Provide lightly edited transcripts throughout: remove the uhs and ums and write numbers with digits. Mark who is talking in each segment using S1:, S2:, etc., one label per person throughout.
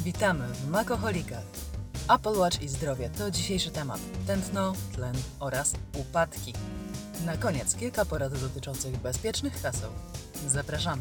S1: Witamy w Makoholikach. Apple Watch i zdrowie to dzisiejszy temat. Tętno, tlen oraz upadki. Na koniec kilka porad dotyczących bezpiecznych haseł. Zapraszamy.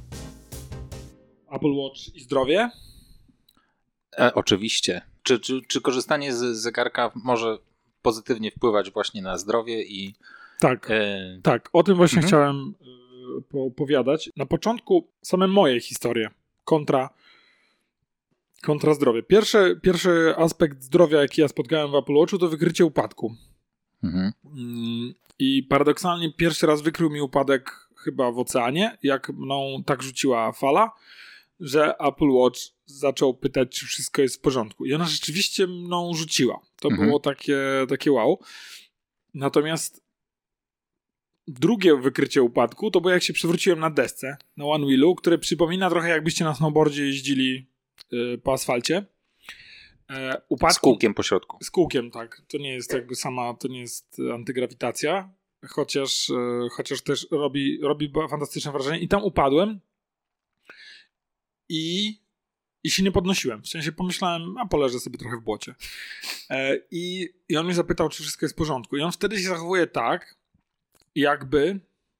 S2: Apple Watch i zdrowie?
S3: Oczywiście. Czy korzystanie z zegarka może pozytywnie wpływać właśnie na zdrowie i...
S2: Tak. O tym właśnie chciałem opowiadać. Na początku same moje historie kontra zdrowie. Pierwszy aspekt zdrowia, jaki ja spotkałem w Apple Watchu, to wykrycie upadku. I paradoksalnie pierwszy raz wykrył mi upadek chyba w oceanie, jak mną tak rzuciła fala, że Apple Watch zaczął pytać, czy wszystko jest w porządku. I ona rzeczywiście mną rzuciła. To było takie wow. Natomiast drugie wykrycie upadku to było, jak się przewróciłem na desce, na one wheelu, które przypomina trochę, jakbyście na snowboardzie jeździli po asfalcie.
S3: Z kółkiem po środku.
S2: Z kółkiem, tak. To nie jest jakby to nie jest antygrawitacja, chociaż też robi fantastyczne wrażenie. I tam upadłem i się nie podnosiłem. W sensie pomyślałem, a poleżę sobie trochę w błocie. I on mnie zapytał, czy wszystko jest w porządku. I on wtedy się zachowuje tak, jakby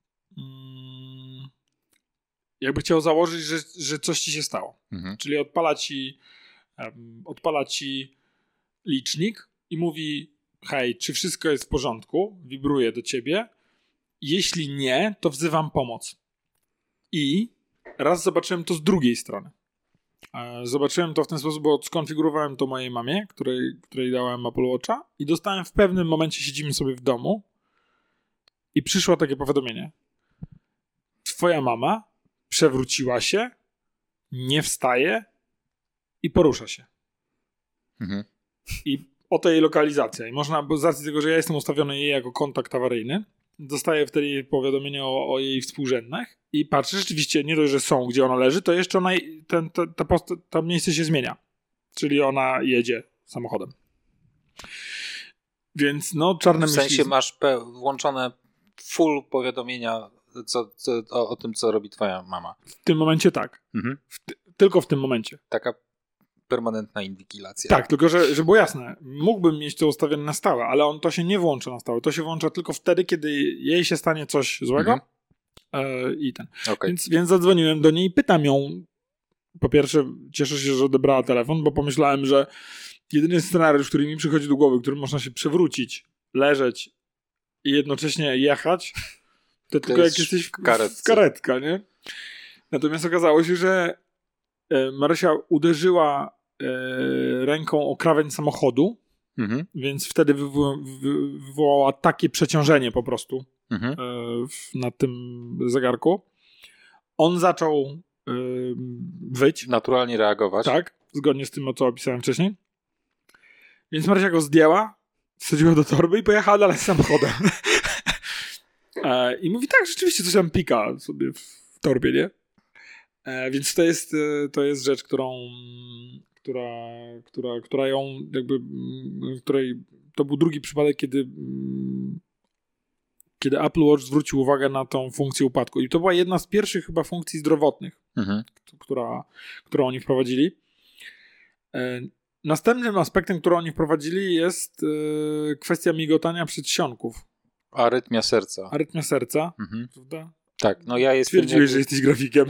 S2: chciał założyć, że coś ci się stało. Czyli odpala ci licznik i mówi: hej, czy wszystko jest w porządku? Wibruje do ciebie. Jeśli nie, to wzywam pomoc. I raz zobaczyłem to z drugiej strony. Zobaczyłem to w ten sposób, bo skonfigurowałem to mojej mamie, której dałem Apple Watcha, i dostałem w pewnym momencie, siedzimy sobie w domu i przyszło takie powiadomienie: twoja mama przewróciła się, nie wstaje i porusza się. I oto jej lokalizacja. I można, bo z racji tego, że ja jestem ustawiony jej jako kontakt awaryjny, dostaję wtedy powiadomienie o jej współrzędnych i patrzę, rzeczywiście nie dość, że są, gdzie ona leży, to jeszcze ona, to miejsce się zmienia. Czyli ona jedzie samochodem. Więc czarne myśli.
S3: W sensie masz włączone full powiadomienia o tym, co robi twoja mama.
S2: W tym momencie tak. Tylko w tym momencie.
S3: Taka permanentna inwigilacja.
S2: Tak, tylko że było jasne. Mógłbym mieć to ustawione na stałe, ale to się nie włącza na stałe. To się włącza tylko wtedy, kiedy jej się stanie coś złego. Okay. Więc zadzwoniłem do niej i pytam ją. Po pierwsze, cieszę się, że odebrała telefon, bo pomyślałem, że jedyny scenariusz, który mi przychodzi do głowy, którym można się przewrócić, leżeć i jednocześnie jechać, to tylko jak jesteś w karetka, nie? Natomiast okazało się, że Marysia uderzyła ręką o krawędź samochodu, więc wtedy wywołała takie przeciążenie po prostu na tym zegarku. On zaczął wyć.
S3: Naturalnie reagować.
S2: Tak, zgodnie z tym, co opisałem wcześniej. Więc Marysia go zdjęła, wsadziła do torby i pojechała dalej z samochodem. I mówi: tak, rzeczywiście coś tam pika sobie w torbie, nie? Więc to jest rzecz, która ją jakby, której to był drugi przypadek, kiedy Apple Watch zwrócił uwagę na tą funkcję upadku. I to była jedna z pierwszych chyba funkcji zdrowotnych, którą oni wprowadzili. Następnym aspektem, który oni wprowadzili, jest kwestia migotania przedsionków.
S3: Arytmia serca.
S2: Prawda?
S3: Tak, ja jestem...
S2: Twierdziłeś, że jesteś grafikiem.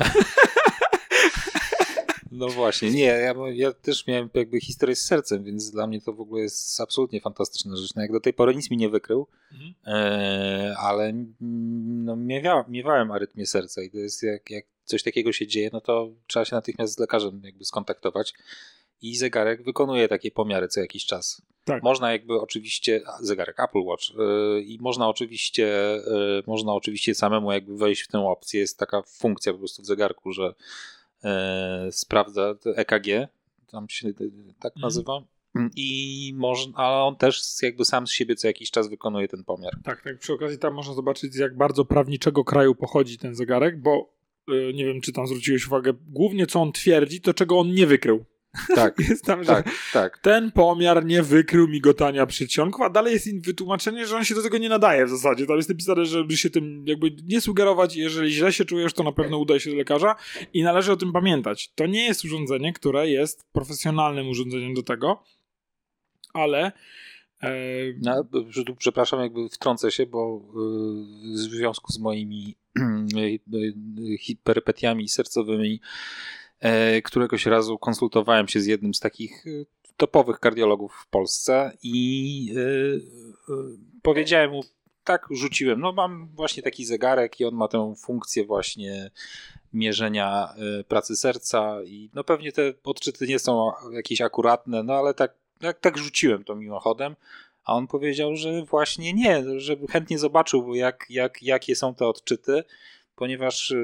S3: No właśnie, nie, ja też miałem jakby historię z sercem, więc dla mnie to w ogóle jest absolutnie fantastyczna rzecz. Jak do tej pory nic mi nie wykrył, ale miewałem arytmię serca i to jest jak coś takiego się dzieje, no to trzeba się natychmiast z lekarzem jakby skontaktować i zegarek wykonuje takie pomiary co jakiś czas.
S2: Tak.
S3: Można jakby oczywiście, zegarek Apple Watch, i można oczywiście samemu jakby wejść w tę opcję. Jest taka funkcja po prostu w zegarku, że sprawdza EKG, tam się tak nazywa, ale on też jakby sam z siebie co jakiś czas wykonuje ten pomiar.
S2: Tak, przy okazji tam można zobaczyć, z jak bardzo prawniczego kraju pochodzi ten zegarek, bo nie wiem, czy tam zwróciłeś uwagę, głównie co on twierdzi, to czego on nie wykrył.
S3: Tak,
S2: jest tam, że ten pomiar nie wykrył migotania przedsionków, a dalej jest wytłumaczenie, że on się do tego nie nadaje w zasadzie. Tam jest napisane, żeby się tym jakby nie sugerować, jeżeli źle się czujesz, to na pewno udaj się do lekarza i należy o tym pamiętać. To nie jest urządzenie, które jest profesjonalnym urządzeniem do tego, ale...
S3: Przepraszam, jakby wtrącę się, bo w związku z moimi perypetiami sercowymi któregoś razu konsultowałem się z jednym z takich topowych kardiologów w Polsce i powiedziałem mu, tak, rzuciłem, no mam właśnie taki zegarek i on ma tę funkcję właśnie mierzenia pracy serca i no pewnie te odczyty nie są jakieś akuratne, no ale tak rzuciłem to mimochodem, a on powiedział, że właśnie nie, że chętnie zobaczył jakie są te odczyty, ponieważ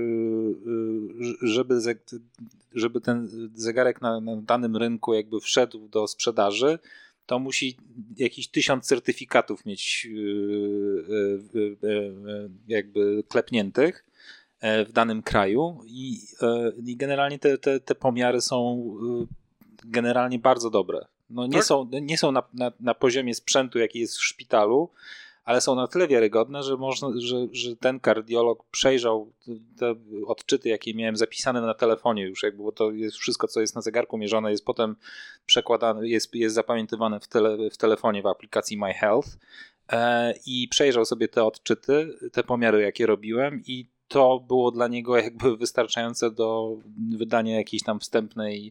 S3: żeby ten zegarek na danym rynku jakby wszedł do sprzedaży, to musi jakieś 1000 certyfikatów mieć jakby klepniętych w danym kraju i generalnie te pomiary są generalnie bardzo dobre. No nie są na poziomie sprzętu, jaki jest w szpitalu, ale są na tyle wiarygodne, że ten kardiolog przejrzał te odczyty, jakie miałem zapisane na telefonie już, jakby, bo to jest wszystko, co jest na zegarku mierzone, jest potem przekładane, jest zapamiętywane w telefonie w aplikacji My Health i przejrzał sobie te odczyty, te pomiary, jakie robiłem i to było dla niego jakby wystarczające do wydania jakiejś tam wstępnej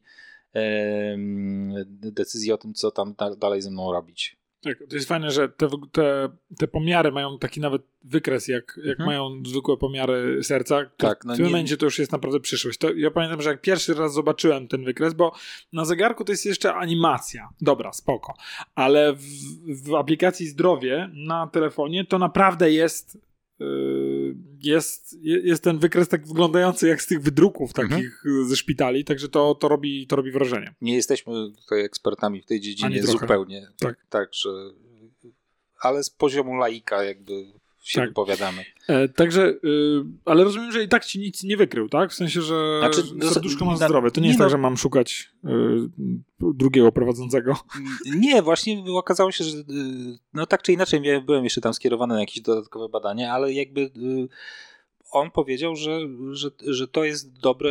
S3: decyzji o tym, co tam dalej ze mną robić.
S2: Tak, to jest fajne, że te pomiary mają taki nawet wykres, jak mają zwykłe pomiary serca.
S3: Tak,
S2: w tym momencie to już jest naprawdę przyszłość. Ja pamiętam, że jak pierwszy raz zobaczyłem ten wykres, bo na zegarku to jest jeszcze animacja. Dobra, spoko. Ale w aplikacji Zdrowie na telefonie to naprawdę jest ten wykres tak wyglądający jak z tych wydruków takich ze szpitali, także to robi wrażenie.
S3: Nie jesteśmy tutaj ekspertami w tej dziedzinie zupełnie. Tak, że ale z poziomu laika jakby się wypowiadamy.
S2: Także, ale rozumiem, że i tak ci nic nie wykrył, tak? W sensie, że serduszko ma zdrowe. To nie jest tak, że mam szukać drugiego prowadzącego.
S3: Nie, właśnie okazało się, że no tak czy inaczej byłem jeszcze tam skierowany na jakieś dodatkowe badania, ale jakby on powiedział, że to jest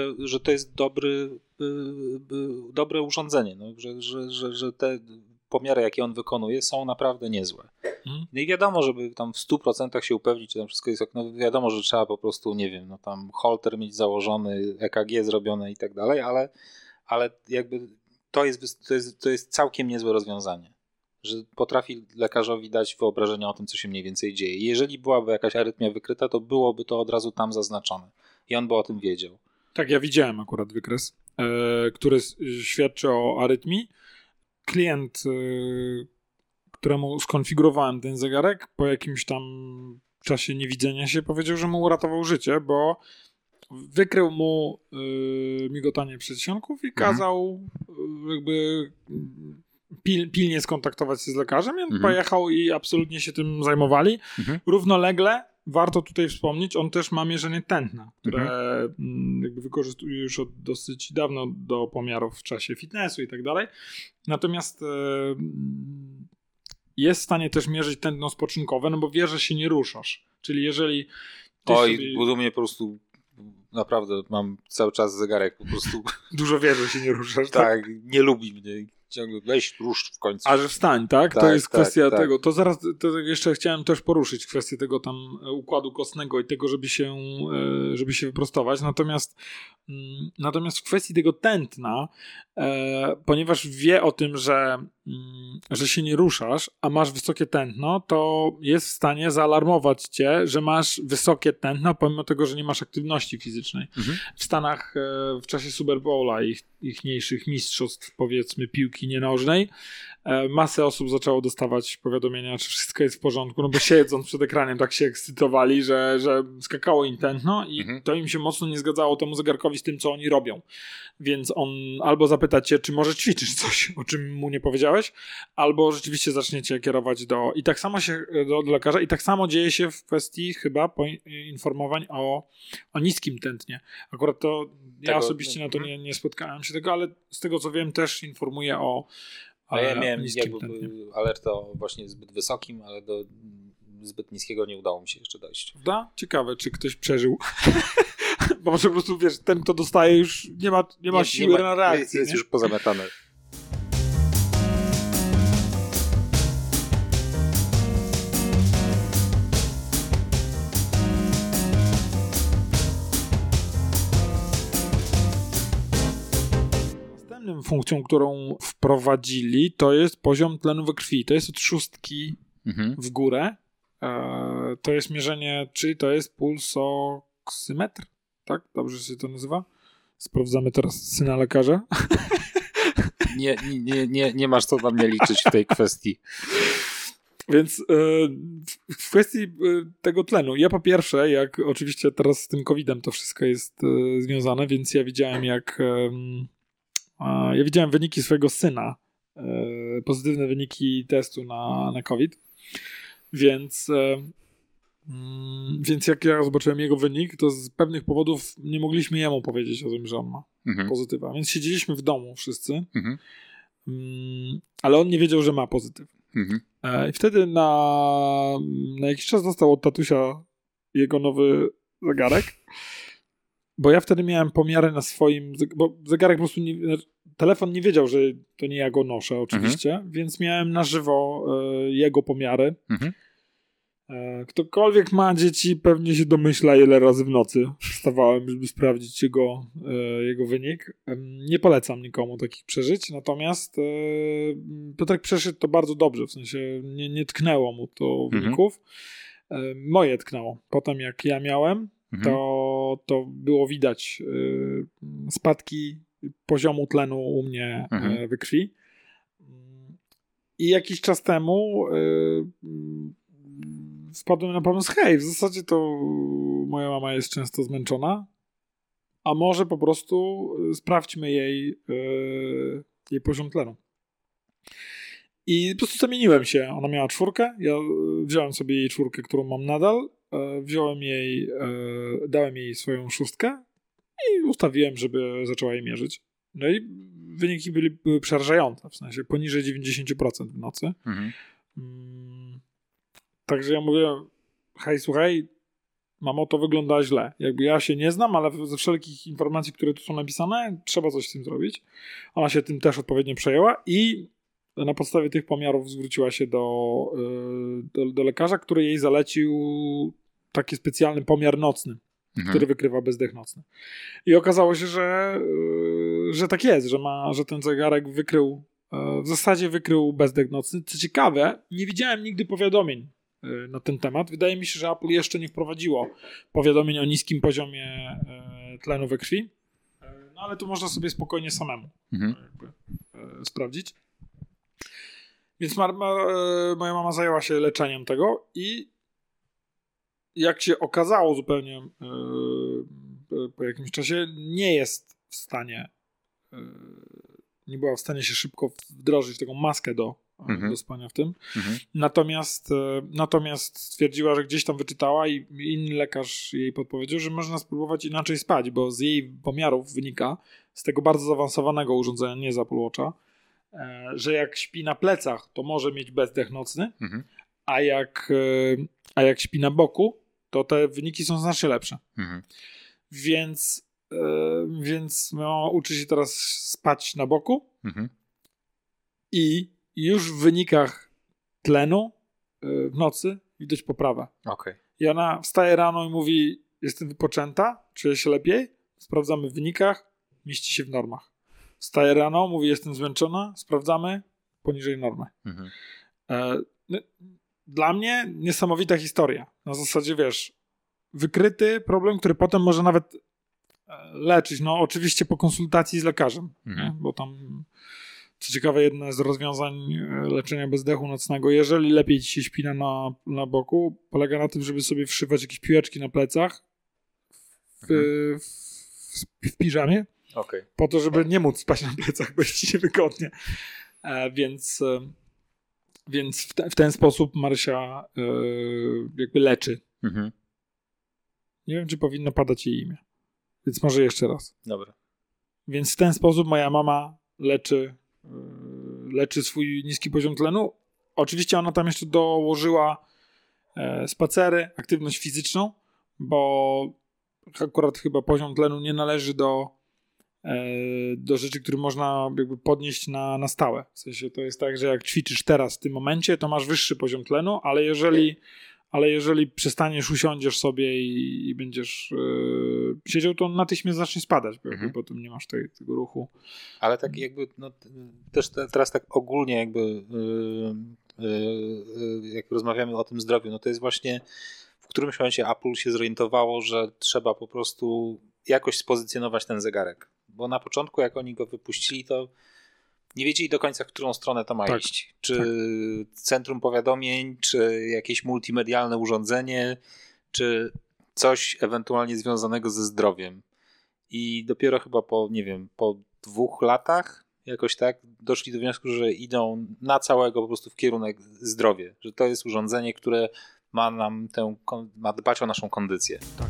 S3: dobre urządzenie, no, że te pomiary, jakie on wykonuje, są naprawdę niezłe. No i wiadomo, żeby tam w 100% się upewnić, czy tam wszystko jest, no wiadomo, że trzeba po prostu, nie wiem, no tam holter mieć założony, EKG zrobione i tak dalej, ale jakby to jest całkiem niezłe rozwiązanie, że potrafi lekarzowi dać wyobrażenie o tym, co się mniej więcej dzieje. Jeżeli byłaby jakaś arytmia wykryta, to byłoby to od razu tam zaznaczone i on by o tym wiedział.
S2: Tak, ja widziałem akurat wykres, który świadczy o arytmii. Klient, któremu skonfigurowałem ten zegarek, po jakimś tam czasie niewidzenia się powiedział, że mu uratował życie, bo wykrył mu migotanie przedsionków i kazał jakby pilnie skontaktować się z lekarzem. I on pojechał i absolutnie się tym zajmowali. Równolegle warto tutaj wspomnieć, on też ma mierzenie tętna, które jakby wykorzystuje już od dosyć dawno do pomiarów w czasie fitnessu i tak dalej. Natomiast jest w stanie też mierzyć tętno spoczynkowe, no bo wie, że się nie ruszasz. Czyli jeżeli...
S3: u mnie po prostu naprawdę mam cały czas zegarek po prostu...
S2: Dużo wie, że się nie ruszasz.
S3: Tak, nie lubi mnie. Ciągle weź rusz w końcu.
S2: A że wstań, tak? To jest kwestia tego. To zaraz jeszcze chciałem też poruszyć kwestię tego tam układu kostnego i tego, żeby się wyprostować. Natomiast w kwestii tego tętna, ponieważ wie o tym, że się nie ruszasz, a masz wysokie tętno, to jest w stanie zaalarmować cię, że masz wysokie tętno, pomimo tego, że nie masz aktywności fizycznej. W Stanach w czasie Super Bowla ich mniejszych mistrzostw, powiedzmy, piłki nienożnej, masę osób zaczęło dostawać powiadomienia, czy wszystko jest w porządku, no bo siedząc przed ekranem tak się ekscytowali, że skakało im tętno i to im się mocno nie zgadzało temu zegarkowi z tym, co oni robią. Więc on albo zapyta cię, czy może ćwiczysz coś, o czym mu nie powiedziałeś, albo rzeczywiście zaczniecie kierować i tak samo się do lekarza i tak samo dzieje się w kwestii chyba poinformowań o niskim tętnie. Akurat to ja osobiście na to nie spotkałem się tego, ale z tego co wiem też informuję o
S3: ja miałem
S2: niskim tętnie.
S3: alertę o właśnie zbyt wysokim, ale do zbyt niskiego nie udało mi się jeszcze dojść.
S2: Prawda? Ciekawe, czy ktoś przeżył. Bo może po prostu, wiesz, ten, kto dostaje już nie ma siły na reakcję.
S3: Jest już pozamiatane.
S2: Następną funkcją, którą wprowadzili, to jest poziom tlenu we krwi. To jest od 6 w górę. To jest mierzenie, czy to jest pulsoksymetr? Tak? Dobrze się to nazywa? Sprawdzamy teraz syna lekarza.
S3: Nie masz co na mnie liczyć w tej kwestii.
S2: Więc w kwestii tego tlenu, ja po pierwsze, jak oczywiście teraz z tym COVID-em to wszystko jest związane, więc ja widziałem widziałem wyniki swojego syna, pozytywne wyniki testu na COVID, więc jak ja zobaczyłem jego wynik, to z pewnych powodów nie mogliśmy jemu powiedzieć o tym, że on ma pozytywa. Więc siedzieliśmy w domu wszyscy, ale on nie wiedział, że ma pozytyw. I wtedy na jakiś czas dostał od tatusia jego nowy zegarek, bo ja wtedy miałem pomiary na swoim, bo zegarek po prostu telefon nie wiedział, że to nie ja go noszę oczywiście, więc miałem na żywo jego pomiary. Ktokolwiek ma dzieci, pewnie się domyśla, ile razy w nocy wstawałem, żeby sprawdzić jego wynik. Nie polecam nikomu takich przeżyć, natomiast Piotrek przeszedł to bardzo dobrze, w sensie nie tknęło mu to wyników. Moje tknęło. Potem jak ja miałem, to było widać spadki poziomu tlenu u mnie we krwi. I jakiś czas temu wpadłem na pomysł, hej, w zasadzie to moja mama jest często zmęczona, a może po prostu sprawdźmy jej poziom tlenu. I po prostu zamieniłem się. Ona miała 4, ja wziąłem sobie jej 4, którą mam nadal, dałem jej swoją 6 i ustawiłem, żeby zaczęła jej mierzyć. No i wyniki były przerażające, w sensie poniżej 90% w nocy. Także ja mówię, hej, słuchaj, mamo, to wygląda źle. Jakby ja się nie znam, ale ze wszelkich informacji, które tu są napisane, trzeba coś z tym zrobić. Ona się tym też odpowiednio przejęła i na podstawie tych pomiarów zwróciła się do lekarza, który jej zalecił taki specjalny pomiar nocny, który wykrywa bezdech nocny. I okazało się, że tak jest, że ten zegarek w zasadzie wykrył bezdech nocny. Co ciekawe, nie widziałem nigdy powiadomień na ten temat. Wydaje mi się, że Apple jeszcze nie wprowadziło powiadomień o niskim poziomie tlenu we krwi, no ale tu można sobie spokojnie samemu sprawdzić. Więc moja mama zajęła się leczeniem tego i jak się okazało zupełnie po jakimś czasie, nie była w stanie się szybko wdrożyć taką maskę do spania w tym. Natomiast stwierdziła, że gdzieś tam wyczytała i inny lekarz jej podpowiedział, że można spróbować inaczej spać, bo z jej pomiarów wynika, z tego bardzo zaawansowanego urządzenia, nie z Apple Watcha, że jak śpi na plecach, to może mieć bezdech nocny, a jak śpi na boku, to te wyniki są znacznie lepsze. Więc mama uczy się teraz spać na boku i już w wynikach tlenu w nocy widać poprawę. I ona wstaje rano i mówi, jestem wypoczęta, czuję się lepiej, sprawdzamy w wynikach, mieści się w normach. Wstaje rano, mówi, jestem zmęczona, sprawdzamy, poniżej normy. Dla mnie niesamowita historia. Na zasadzie, wiesz, wykryty problem, który potem może nawet leczyć. No oczywiście po konsultacji z lekarzem, bo tam Co ciekawe, jedno z rozwiązań leczenia bezdechu nocnego, jeżeli lepiej ci się śpi na boku, polega na tym, żeby sobie wszywać jakieś piłeczki na plecach w piżamie, po to, żeby nie móc spać na plecach, bo jest ci się wygodnie. Więc w ten sposób Marysia jakby leczy. Nie wiem, czy powinno padać jej imię. Więc może jeszcze raz.
S3: Dobra.
S2: Więc w ten sposób moja mama leczy swój niski poziom tlenu. Oczywiście ona tam jeszcze dołożyła spacery, aktywność fizyczną, bo akurat chyba poziom tlenu nie należy do rzeczy, które można jakby podnieść na stałe. W sensie to jest tak, że jak ćwiczysz teraz w tym momencie, to masz wyższy poziom tlenu, ale jeżeli przestaniesz, usiądziesz sobie i będziesz siedział, to natychmiast zacznie spadać, bo jakby potem nie masz tego ruchu.
S3: Ale tak jakby, no, też teraz tak ogólnie jakby jak rozmawiamy o tym zdrowiu, no to jest właśnie w którymś momencie Apple się zorientowało, że trzeba po prostu jakoś spozycjonować ten zegarek. Bo na początku, jak oni go wypuścili, to nie wiedzieli do końca, w którą stronę to ma iść. Czy centrum powiadomień, czy jakieś multimedialne urządzenie, czy coś ewentualnie związanego ze zdrowiem. I dopiero chyba po 2 latach jakoś tak doszli do wniosku, że idą na całego po prostu w kierunek zdrowie. Że to jest urządzenie, które ma dbać o naszą kondycję.
S2: Tak.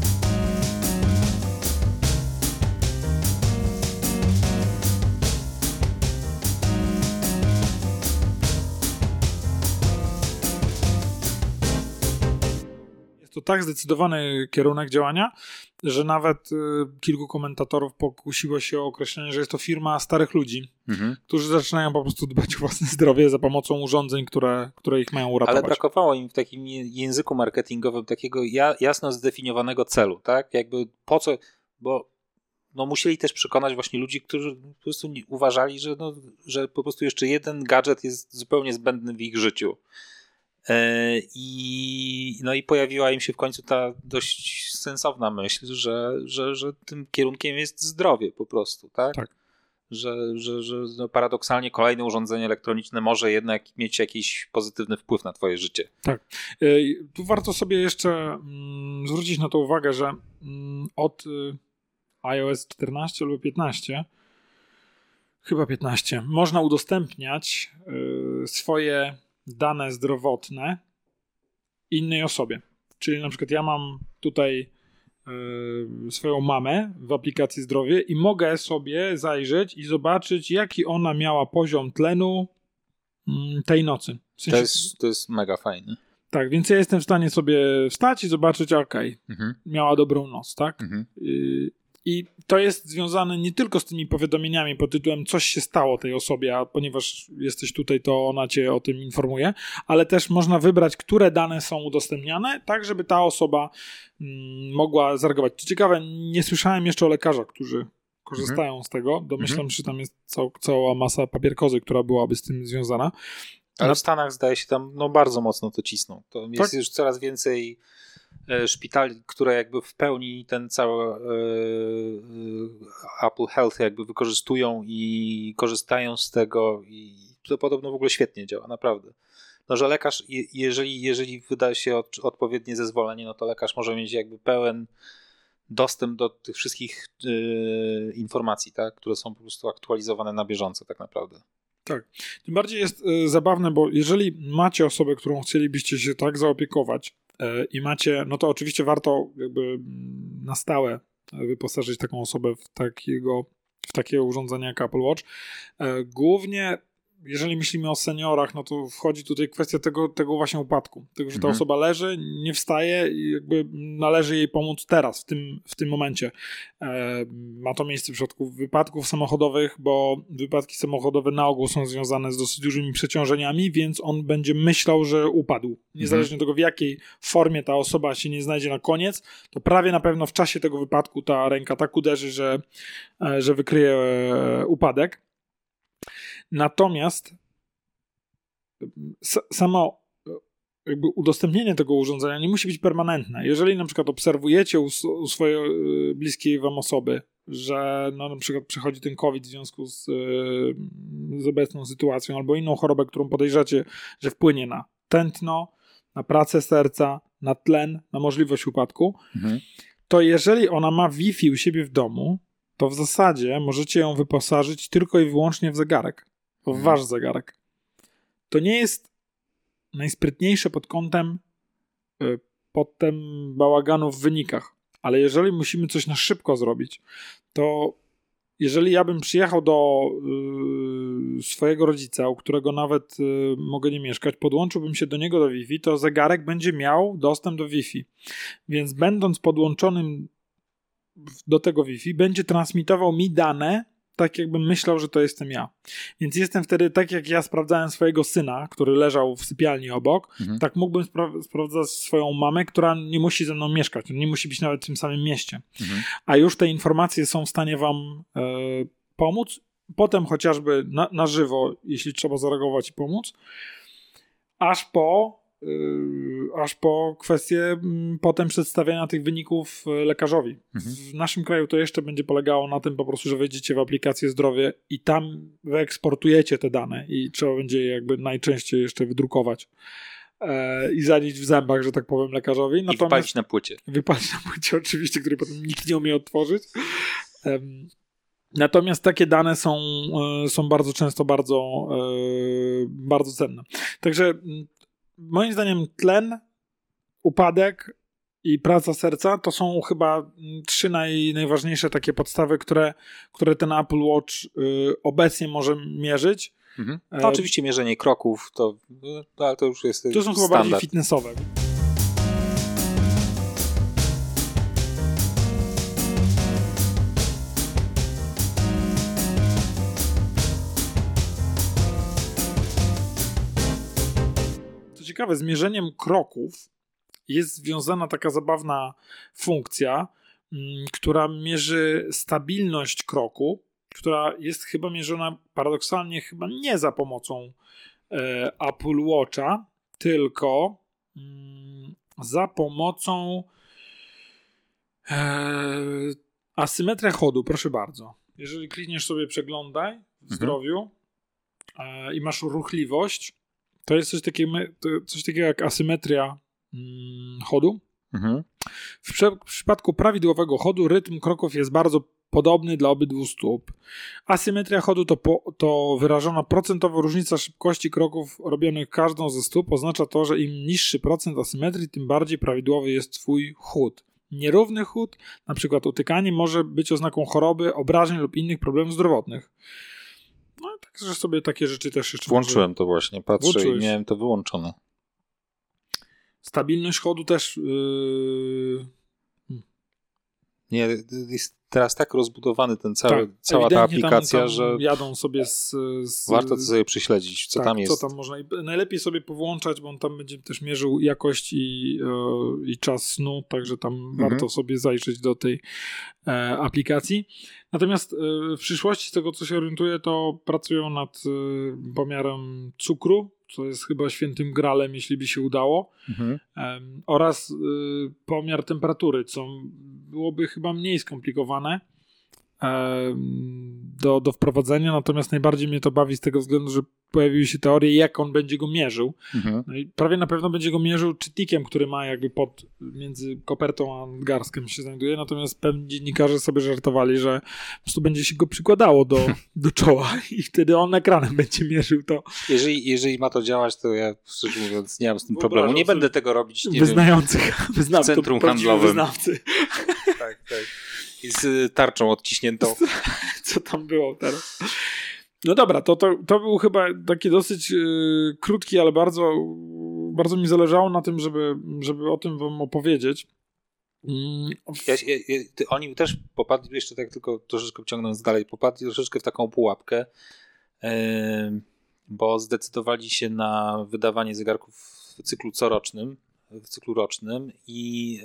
S2: To tak zdecydowany kierunek działania, że nawet kilku komentatorów pokusiło się o określenie, że jest to firma starych ludzi, którzy zaczynają po prostu dbać o własne zdrowie za pomocą urządzeń, które ich mają uratować.
S3: Ale brakowało im w takim języku marketingowym takiego jasno zdefiniowanego celu, tak? Jakby po co, bo no musieli też przekonać właśnie ludzi, którzy po prostu uważali, że po prostu jeszcze jeden gadżet jest zupełnie zbędny w ich życiu. I pojawiła im się w końcu ta dość sensowna myśl, że tym kierunkiem jest zdrowie po prostu, tak?
S2: Tak.
S3: Że paradoksalnie kolejne urządzenie elektroniczne może jednak mieć jakiś pozytywny wpływ na twoje życie.
S2: Tak. Tu warto sobie jeszcze zwrócić na to uwagę, że od iOS 14 albo 15, chyba 15, można udostępniać swoje dane zdrowotne innej osobie. Czyli na przykład ja mam tutaj swoją mamę w aplikacji Zdrowie i mogę sobie zajrzeć i zobaczyć, jaki ona miała poziom tlenu tej nocy. W sensie,
S3: to jest mega fajne.
S2: Tak, więc ja jestem w stanie sobie wstać i zobaczyć, miała dobrą noc, tak? I to jest związane nie tylko z tymi powiadomieniami pod tytułem coś się stało tej osobie, a ponieważ jesteś tutaj, to ona cię o tym informuje, ale też można wybrać, które dane są udostępniane, tak żeby ta osoba mogła zareagować. Co ciekawe, nie słyszałem jeszcze o lekarzach, którzy korzystają z tego. Domyślam się, że tam jest cała masa papierkozy, która byłaby z tym związana.
S3: Ale w Stanach zdaje się tam bardzo mocno to cisną. To jest już coraz więcej szpitali, które jakby w pełni ten cały Apple Health jakby wykorzystują i korzystają z tego i to podobno w ogóle świetnie działa, naprawdę. No, że lekarz, jeżeli wyda się odpowiednie zezwolenie, no to lekarz może mieć jakby pełen dostęp do tych wszystkich informacji, tak, które są po prostu aktualizowane na bieżąco tak naprawdę.
S2: Tak. Tym bardziej jest zabawne, bo jeżeli macie osobę, którą chcielibyście się tak zaopiekować i macie, no to oczywiście warto jakby na stałe wyposażyć taką osobę w takie urządzenie jak Apple Watch. Głównie jeżeli myślimy o seniorach, no to wchodzi tutaj kwestia tego właśnie upadku. Tego, że ta osoba leży, nie wstaje i jakby należy jej pomóc teraz, w tym momencie. Ma to miejsce w przypadku wypadków samochodowych, bo wypadki samochodowe na ogół są związane z dosyć dużymi przeciążeniami, więc on będzie myślał, że upadł. Niezależnie od tego, w jakiej formie ta osoba się nie znajdzie na koniec, to prawie na pewno w czasie tego wypadku ta ręka tak uderzy, że wykryje upadek. Natomiast samo jakby udostępnienie tego urządzenia nie musi być permanentne. Jeżeli na przykład obserwujecie u swojej bliskiej wam osoby że no, na przykład przychodzi ten COVID w związku z obecną sytuacją, albo inną chorobę, którą podejrzacie, że wpłynie na tętno, na pracę serca, na tlen, na możliwość upadku, to jeżeli ona ma Wi-Fi u siebie w domu, to w zasadzie możecie ją wyposażyć tylko i wyłącznie w zegarek. W wasz zegarek. To nie jest najsprytniejsze pod kątem bałaganu w wynikach. Ale jeżeli musimy coś na szybko zrobić, to jeżeli ja bym przyjechał do swojego rodzica, u którego nawet mogę nie mieszkać, podłączyłbym się do niego do Wi-Fi, to zegarek będzie miał dostęp do Wi-Fi. Więc będąc podłączonym do tego Wi-Fi, będzie transmitował mi dane, tak jakbym myślał, że to jestem ja. Więc jestem wtedy, tak jak ja sprawdzałem swojego syna, który leżał w sypialni obok, tak mógłbym sprawdzać swoją mamę, która nie musi ze mną mieszkać, nie musi być nawet w tym samym mieście. A już te informacje są w stanie wam pomóc. Potem chociażby na żywo, jeśli trzeba zareagować i pomóc, aż po kwestię potem przedstawiania tych wyników lekarzowi. W naszym kraju to jeszcze będzie polegało na tym po prostu, że wejdziecie w aplikację Zdrowie i tam wyeksportujecie te dane i trzeba będzie je jakby najczęściej jeszcze wydrukować i zanieść w zębach, że tak powiem, lekarzowi.
S3: I wypalić na płycie.
S2: Wypalić na płycie oczywiście, której potem nikt nie umie odtworzyć. Natomiast takie dane są bardzo często bardzo cenne. Także moim zdaniem tlen, upadek i praca serca to są chyba 3 najważniejsze takie podstawy, które ten Apple Watch obecnie może mierzyć.
S3: No, oczywiście mierzenie kroków, ale to już jest
S2: to są chyba
S3: standard.
S2: bardziej fitnessowe. Ciekawe, z mierzeniem kroków jest związana taka zabawna funkcja, która mierzy stabilność kroku, która jest chyba mierzona paradoksalnie chyba nie za pomocą Apple Watcha, tylko za pomocą asymetria chodu. Proszę bardzo. Jeżeli klikniesz sobie przeglądaj w zdrowiu i masz ruchliwość, to jest coś takiego jak asymetria chodu. W przypadku prawidłowego chodu rytm kroków jest bardzo podobny dla obydwu stóp. Asymetria chodu to wyrażona procentowo różnica szybkości kroków robionych każdą ze stóp. Oznacza to, że im niższy procent asymetrii, tym bardziej prawidłowy jest twój chód. Nierówny chód, na przykład utykanie, może być oznaką choroby, obrażeń lub innych problemów zdrowotnych. No także sobie takie rzeczy też jeszcze...
S3: Włączyłem to właśnie, patrzę i miałem to wyłączone.
S2: Stabilność chodu też...
S3: Nie, jest teraz tak rozbudowany cała ta aplikacja,
S2: tam
S3: że
S2: jadą sobie
S3: warto to sobie prześledzić, co tam jest.
S2: Co tam można. Najlepiej sobie powłączać, bo on tam będzie też mierzył jakość i czas snu, także tam warto sobie zajrzeć do tej aplikacji. Natomiast w przyszłości, z tego co się orientuję, to pracują nad pomiarem cukru, co jest chyba świętym gralem, jeśli by się udało, oraz pomiar temperatury, co byłoby chyba mniej skomplikowane do wprowadzenia, natomiast najbardziej mnie to bawi z tego względu, że pojawiły się teorie, jak on będzie go mierzył. No i prawie na pewno będzie go mierzył czytnikiem, który ma jakby między kopertą a garstkiem się znajduje, natomiast pewni dziennikarze sobie żartowali, że po prostu będzie się go przykładało do czoła i wtedy on ekranem będzie mierzył to.
S3: Jeżeli ma to działać, to ja szczerze mówiąc nie mam z tym problemu. Nie będę tego robić
S2: w
S3: centrum handlowym.
S2: Wyznawcy.
S3: Tak. I z tarczą odciśniętą.
S2: Co tam było teraz? No dobra, to był chyba taki dosyć krótki, ale bardzo, bardzo mi zależało na tym, żeby o tym wam opowiedzieć.
S3: Oni też popadli, jeszcze tak tylko troszeczkę ciągnąc dalej, popadli troszeczkę w taką pułapkę, bo zdecydowali się na wydawanie zegarków w cyklu rocznym i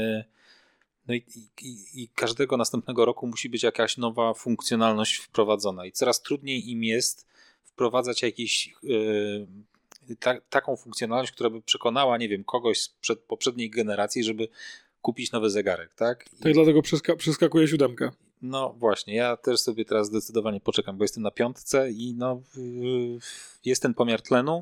S3: każdego następnego roku musi być jakaś nowa funkcjonalność wprowadzona i coraz trudniej im jest wprowadzać taką funkcjonalność, która by przekonała, nie wiem, kogoś sprzed poprzedniej generacji, żeby kupić nowy zegarek, tak?
S2: Tak, dlatego przeskakuje 7.
S3: No właśnie, ja też sobie teraz zdecydowanie poczekam, bo jestem na 5 i jest ten pomiar tlenu.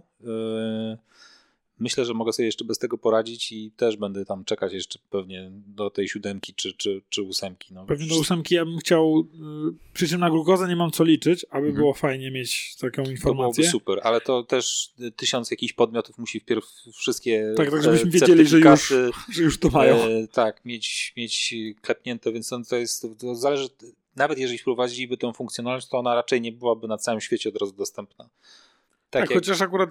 S3: Myślę, że mogę sobie jeszcze bez tego poradzić i też będę tam czekać jeszcze pewnie do tej 7 czy 8. No.
S2: Pewnie do 8 ja bym chciał, przy czym na glukozę nie mam co liczyć, aby było fajnie mieć taką informację. To byłoby
S3: super, ale to też 1000 jakichś podmiotów musi wpierw wszystkie
S2: tak żebyśmy wiedzieli, że już to mają.
S3: Tak, mieć klepnięte, więc to zależy, nawet jeżeli wprowadziliby tę funkcjonalność, to ona raczej nie byłaby na całym świecie od razu dostępna.
S2: Tak, chociaż akurat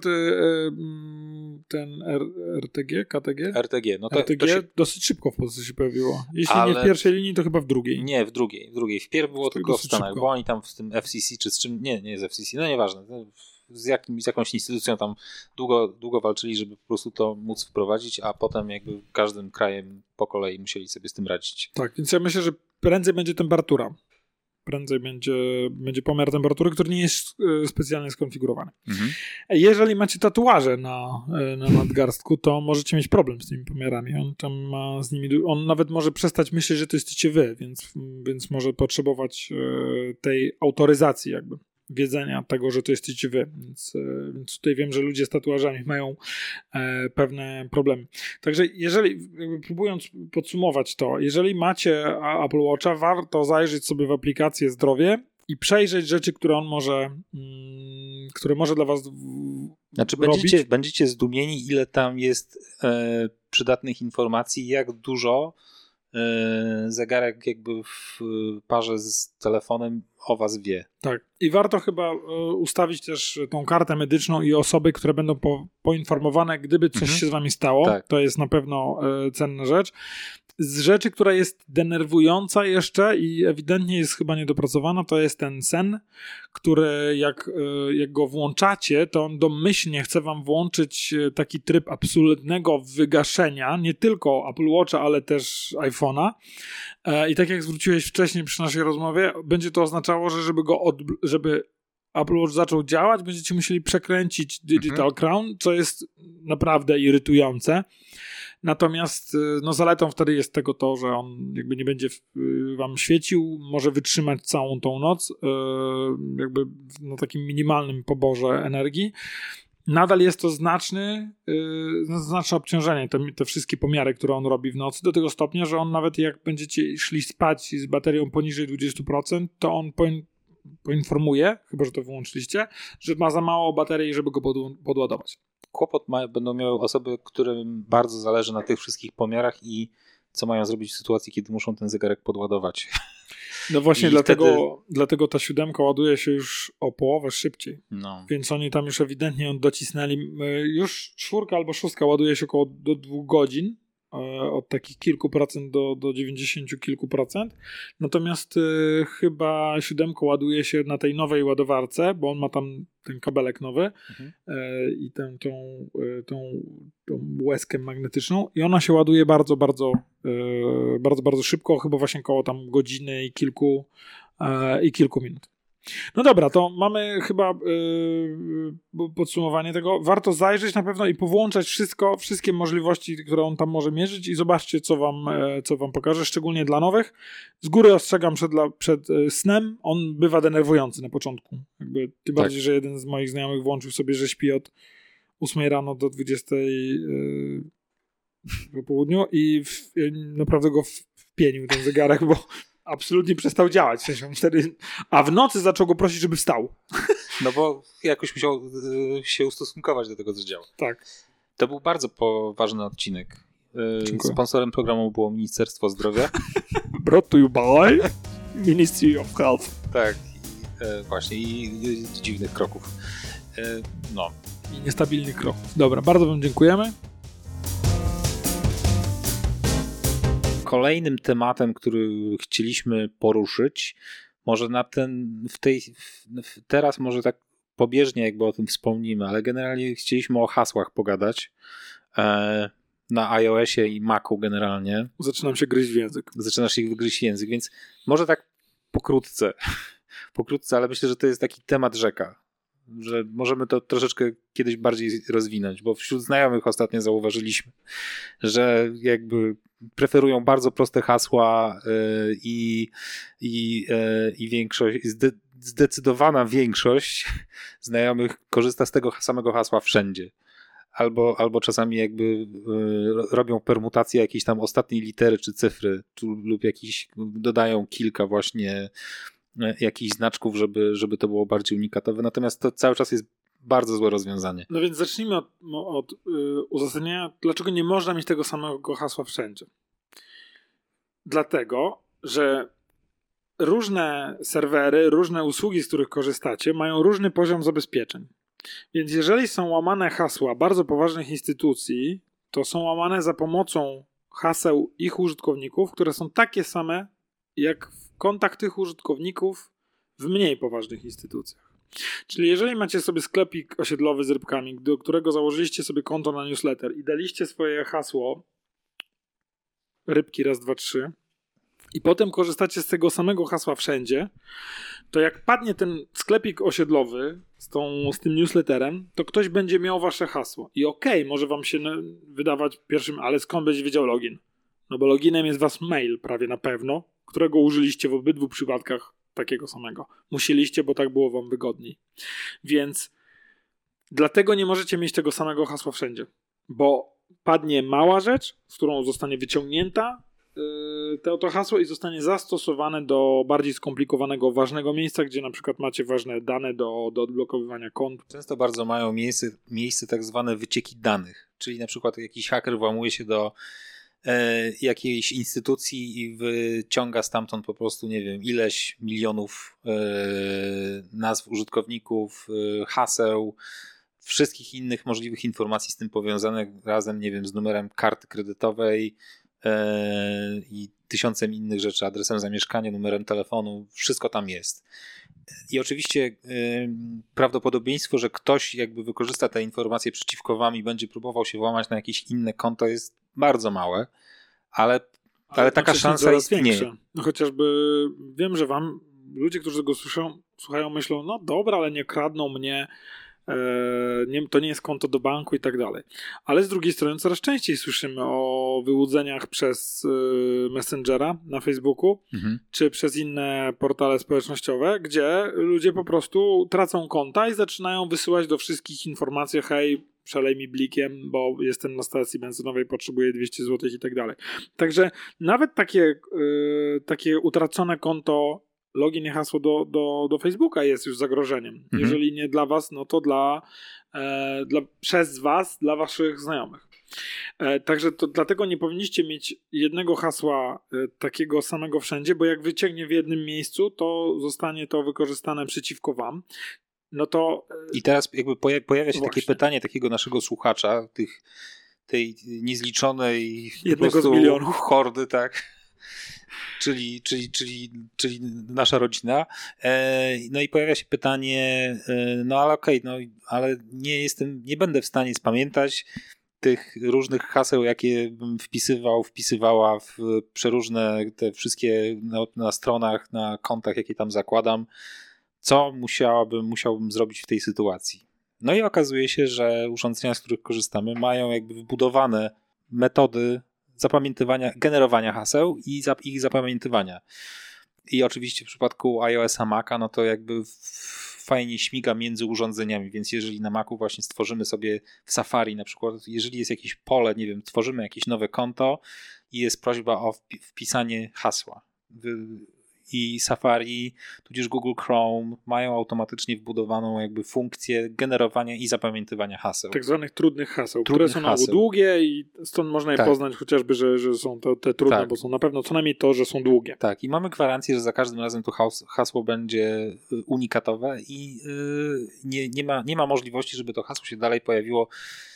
S2: ten RTG dosyć szybko w Polsce się pojawiło. Jeśli nie w pierwszej linii, to chyba w drugiej.
S3: Nie, w drugiej. Wpierw było tylko w Stanach, bo oni tam w tym FCC, czy z czym, nie z FCC, no nieważne, z jakąś instytucją tam długo walczyli, żeby po prostu to móc wprowadzić, a potem jakby każdym krajem po kolei musieli sobie z tym radzić.
S2: Tak, więc ja myślę, że prędzej będzie temperatura. Prędzej będzie pomiar temperatury, który nie jest specjalnie skonfigurowany. Jeżeli macie tatuaże na nadgarstku, to możecie mieć problem z tymi pomiarami. On tam ma z nimi, on nawet może przestać myśleć, że to jesteście wy, więc może potrzebować tej autoryzacji jakby. Wiedzenia tego, że to jesteście wy. Więc tutaj wiem, że ludzie z tatuażami mają pewne problemy. Także próbując podsumować to, jeżeli macie Apple Watcha, warto zajrzeć sobie w aplikację Zdrowie i przejrzeć rzeczy, które może dla was robić.
S3: Będziecie zdumieni, ile tam jest przydatnych informacji, jak dużo zegarek jakby w parze z telefonem o was wie.
S2: Tak. I warto chyba ustawić też tą kartę medyczną i osoby, które będą poinformowane, gdyby coś się z wami stało. Tak. To jest na pewno cenna rzecz. Z rzeczy, która jest denerwująca jeszcze i ewidentnie jest chyba niedopracowana, to jest ten sen, który jak go włączacie, to on domyślnie chce wam włączyć taki tryb absolutnego wygaszenia, nie tylko Apple Watcha, ale też iPhone'a. I tak jak zwróciłeś wcześniej przy naszej rozmowie, będzie to oznaczało, że żeby Apple Watch zaczął działać, będziecie musieli przekręcić Digital Crown, co jest naprawdę irytujące. Natomiast zaletą wtedy jest tego to, że on jakby nie będzie wam świecił, może wytrzymać całą tą noc jakby na takim minimalnym poborze energii. Nadal jest to znaczne obciążenie, te wszystkie pomiary, które on robi w nocy, do tego stopnia, że on nawet jak będziecie szli spać z baterią poniżej 20%, to on poinformuje, chyba że to wyłączyliście, że ma za mało baterii, żeby go podładować.
S3: Kłopot będą miały osoby, którym bardzo zależy na tych wszystkich pomiarach i co mają zrobić w sytuacji, kiedy muszą ten zegarek podładować.
S2: No właśnie dlatego ta 7 ładuje się już o połowę szybciej. No. Więc oni tam już ewidentnie ją docisnęli. Już 4 albo 6 ładuje się około do 2 godzin. Od takich kilku procent do 90 kilku procent. Natomiast chyba 7 ładuje się na tej nowej ładowarce, bo on ma tam ten kabelek nowy i tą łezkę magnetyczną i ona się ładuje bardzo, bardzo, bardzo, bardzo szybko, chyba właśnie koło tam godziny i kilku minut. No dobra, to mamy chyba podsumowanie tego. Warto zajrzeć na pewno i powłączać wszystkie możliwości, które on tam może mierzyć i zobaczcie, co wam pokaże, szczególnie dla nowych. Z góry ostrzegam przed snem, on bywa denerwujący na początku. Jakby, tym bardziej, że jeden z moich znajomych włączył sobie, że śpi od 8 rano do 20 po południu i naprawdę go wpienił ten zegarek, bo absolutnie przestał działać. W sensie wtedy, a w nocy zaczął go prosić, żeby wstał.
S3: No bo jakoś musiał się ustosunkować do tego, co działa.
S2: Tak.
S3: To był bardzo poważny odcinek. Dziękuję. Sponsorem programu było Ministerstwo Zdrowia.
S2: Brought to you by Ministry of Health.
S3: Tak. Właśnie. I dziwnych kroków. No.
S2: I niestabilnych kroków. Dobra, bardzo wam dziękujemy.
S3: Kolejnym tematem, który chcieliśmy poruszyć, może teraz może tak pobieżnie jakby o tym wspomnimy, ale generalnie chcieliśmy o hasłach pogadać na iOSie i Macu generalnie.
S2: Zaczynam się gryźć w język.
S3: Zaczynasz się gryźć w język, więc może tak pokrótce, ale myślę, że to jest taki temat rzeka, że możemy to troszeczkę kiedyś bardziej rozwinąć, bo wśród znajomych ostatnio zauważyliśmy, że jakby preferują bardzo proste hasła i większość, zdecydowana większość znajomych korzysta z tego samego hasła wszędzie. Albo czasami jakby robią permutację jakiejś tam ostatniej litery czy cyfry lub dodają kilka właśnie jakichś znaczków, żeby to było bardziej unikatowe. Natomiast to cały czas jest bardzo złe rozwiązanie.
S2: No więc zacznijmy od uzasadnienia, dlaczego nie można mieć tego samego hasła wszędzie. Dlatego, że różne serwery, różne usługi, z których korzystacie, mają różny poziom zabezpieczeń. Więc jeżeli są łamane hasła bardzo poważnych instytucji, to są łamane za pomocą haseł ich użytkowników, które są takie same jak kontakt tych użytkowników w mniej poważnych instytucjach. Czyli jeżeli macie sobie sklepik osiedlowy z rybkami, do którego założyliście sobie konto na newsletter i daliście swoje hasło rybki raz, dwa, trzy i potem korzystacie z tego samego hasła wszędzie, to jak padnie ten sklepik osiedlowy z tym newsletterem, to ktoś będzie miał wasze hasło. I może wam się wydawać pierwszym, ale skąd będzie wiedział login? No bo loginem jest wasz mail prawie na pewno, którego użyliście w obydwu przypadkach takiego samego. Musieliście, bo tak było wam wygodniej. Więc dlatego nie możecie mieć tego samego hasła wszędzie. Bo padnie mała rzecz, z którą zostanie wyciągnięta to hasło i zostanie zastosowane do bardziej skomplikowanego, ważnego miejsca, gdzie na przykład macie ważne dane do odblokowywania kont.
S3: Często bardzo mają miejsce tak zwane wycieki danych, czyli na przykład jakiś haker włamuje się do jakiejś instytucji i wyciąga stamtąd po prostu, nie wiem, ileś milionów nazw użytkowników, haseł, wszystkich innych możliwych informacji z tym powiązanych razem, nie wiem, z numerem karty kredytowej i tysiącem innych rzeczy, adresem zamieszkania, numerem telefonu, wszystko tam jest. I oczywiście prawdopodobieństwo, że ktoś jakby wykorzysta te informacje przeciwko wam i będzie próbował się włamać na jakieś inne konto jest bardzo małe, ale taka szansa istnieje.
S2: No chociażby wiem, że wam ludzie, którzy tego słuchają, myślą, no dobra, ale nie kradną mnie, to nie jest konto do banku i tak dalej. Ale z drugiej strony coraz częściej słyszymy o wyłudzeniach przez Messengera na Facebooku, czy przez inne portale społecznościowe, gdzie ludzie po prostu tracą konta i zaczynają wysyłać do wszystkich informacje, hej, przelej mi blikiem, bo jestem na stacji benzynowej, potrzebuję 200 zł i tak dalej. Także nawet takie utracone konto, login i hasło do Facebooka jest już zagrożeniem. Jeżeli nie dla was, no to przez was, dla waszych znajomych. Także dlatego nie powinniście mieć jednego hasła takiego samego wszędzie, bo jak wyciągnie w jednym miejscu, to zostanie to wykorzystane przeciwko wam. No to...
S3: I teraz jakby pojawia się takie pytanie takiego naszego słuchacza, tej niezliczonej
S2: jednego z milionów
S3: hordy, tak? Czyli nasza rodzina. No i pojawia się pytanie, no ale okej, no ale nie będę w stanie spamiętać tych różnych haseł, jakie bym wpisywała w przeróżne te wszystkie na stronach, na kontach, jakie tam zakładam. Co musiałbym zrobić w tej sytuacji? No i okazuje się, że urządzenia, z których korzystamy, mają jakby wbudowane metody zapamiętywania, generowania haseł i ich zapamiętywania. I oczywiście w przypadku iOS-a Maca, no to jakby fajnie śmiga między urządzeniami, więc jeżeli na Macu właśnie stworzymy sobie w Safari na przykład, jeżeli jest jakieś pole, nie wiem, tworzymy jakieś nowe konto i jest prośba o wpisanie hasła. I Safari, tudzież Google Chrome mają automatycznie wbudowaną jakby funkcję generowania i zapamiętywania haseł.
S2: Tak zwanych trudnych haseł, które są na ogół długie i stąd można je poznać chociażby, że są te trudne, bo są na pewno co najmniej to, że są długie.
S3: Tak, i mamy gwarancję, że za każdym razem to hasło będzie unikatowe i nie ma możliwości, żeby to hasło się dalej pojawiło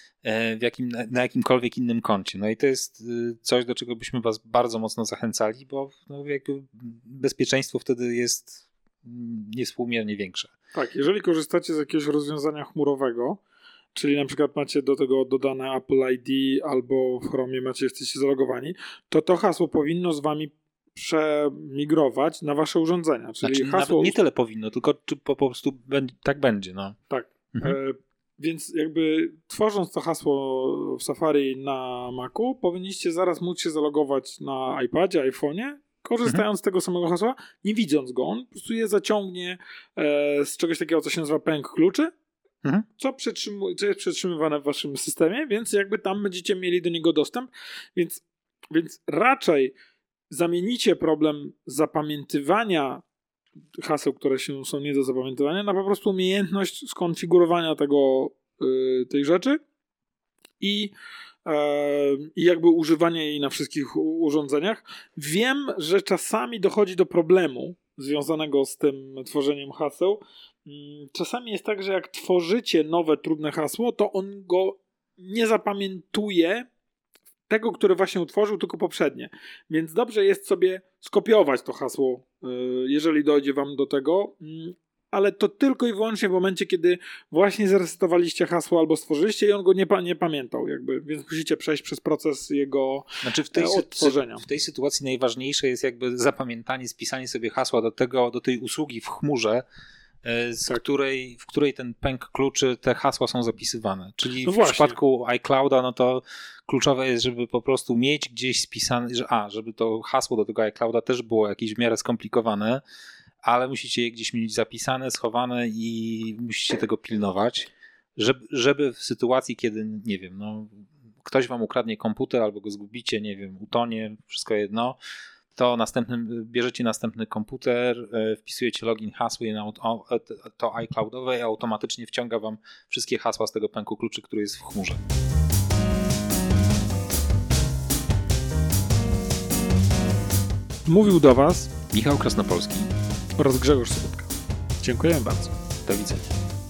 S3: na jakimkolwiek innym koncie. No i to jest coś, do czego byśmy was bardzo mocno zachęcali, bo no jakby bezpieczeństwo wtedy jest niewspółmiernie większe.
S2: Tak, jeżeli korzystacie z jakiegoś rozwiązania chmurowego, czyli na przykład macie do tego dodane Apple ID albo w Chromie jesteście zalogowani, to hasło powinno z wami przemigrować na wasze urządzenia. Czyli hasło...
S3: Nawet nie tyle powinno, tylko po prostu tak będzie. No.
S2: Tak. Więc jakby tworząc to hasło w Safari na Macu, powinniście zaraz móc się zalogować na iPadzie, iPhone'ie, korzystając z tego samego hasła, nie widząc go. On po prostu je zaciągnie z czegoś takiego, co się nazywa pęk kluczy, co jest przetrzymywane w waszym systemie, więc jakby tam będziecie mieli do niego dostęp. Więc raczej zamienicie problem zapamiętywania haseł, które są nie do zapamiętywania, na po prostu umiejętność skonfigurowania tej rzeczy i jakby używania jej na wszystkich urządzeniach. Wiem, że czasami dochodzi do problemu związanego z tym tworzeniem haseł. Czasami jest tak, że jak tworzycie nowe, trudne hasło, to on go nie zapamiętuje tego, które właśnie utworzył, tylko poprzednie. Więc dobrze jest sobie skopiować to hasło, jeżeli dojdzie wam do tego, ale to tylko i wyłącznie w momencie, kiedy właśnie zresetowaliście hasło albo stworzyliście i on go nie pamiętał, jakby, więc musicie przejść przez proces jego odtworzenia.
S3: W tej sytuacji najważniejsze jest jakby zapamiętanie, spisanie sobie hasła do tej usługi w chmurze, w której ten pęk kluczy, te hasła są zapisywane. Czyli w przypadku iClouda, no to kluczowe jest, żeby po prostu mieć gdzieś spisane, żeby to hasło do tego iClouda też było jakieś w miarę skomplikowane, ale musicie je gdzieś mieć zapisane, schowane i musicie tego pilnować, żeby w sytuacji, kiedy, nie wiem, no, ktoś wam ukradnie komputer albo go zgubicie, nie wiem, utonie, wszystko jedno, to bierzecie następny komputer, wpisujecie login, hasło to iCloudowe i automatycznie wciąga wam wszystkie hasła z tego pęku kluczy, który jest w chmurze.
S2: Mówił do was
S3: Michał Krasnopolski
S2: oraz Grzegorz Sobotka. Dziękuję bardzo.
S3: Do widzenia.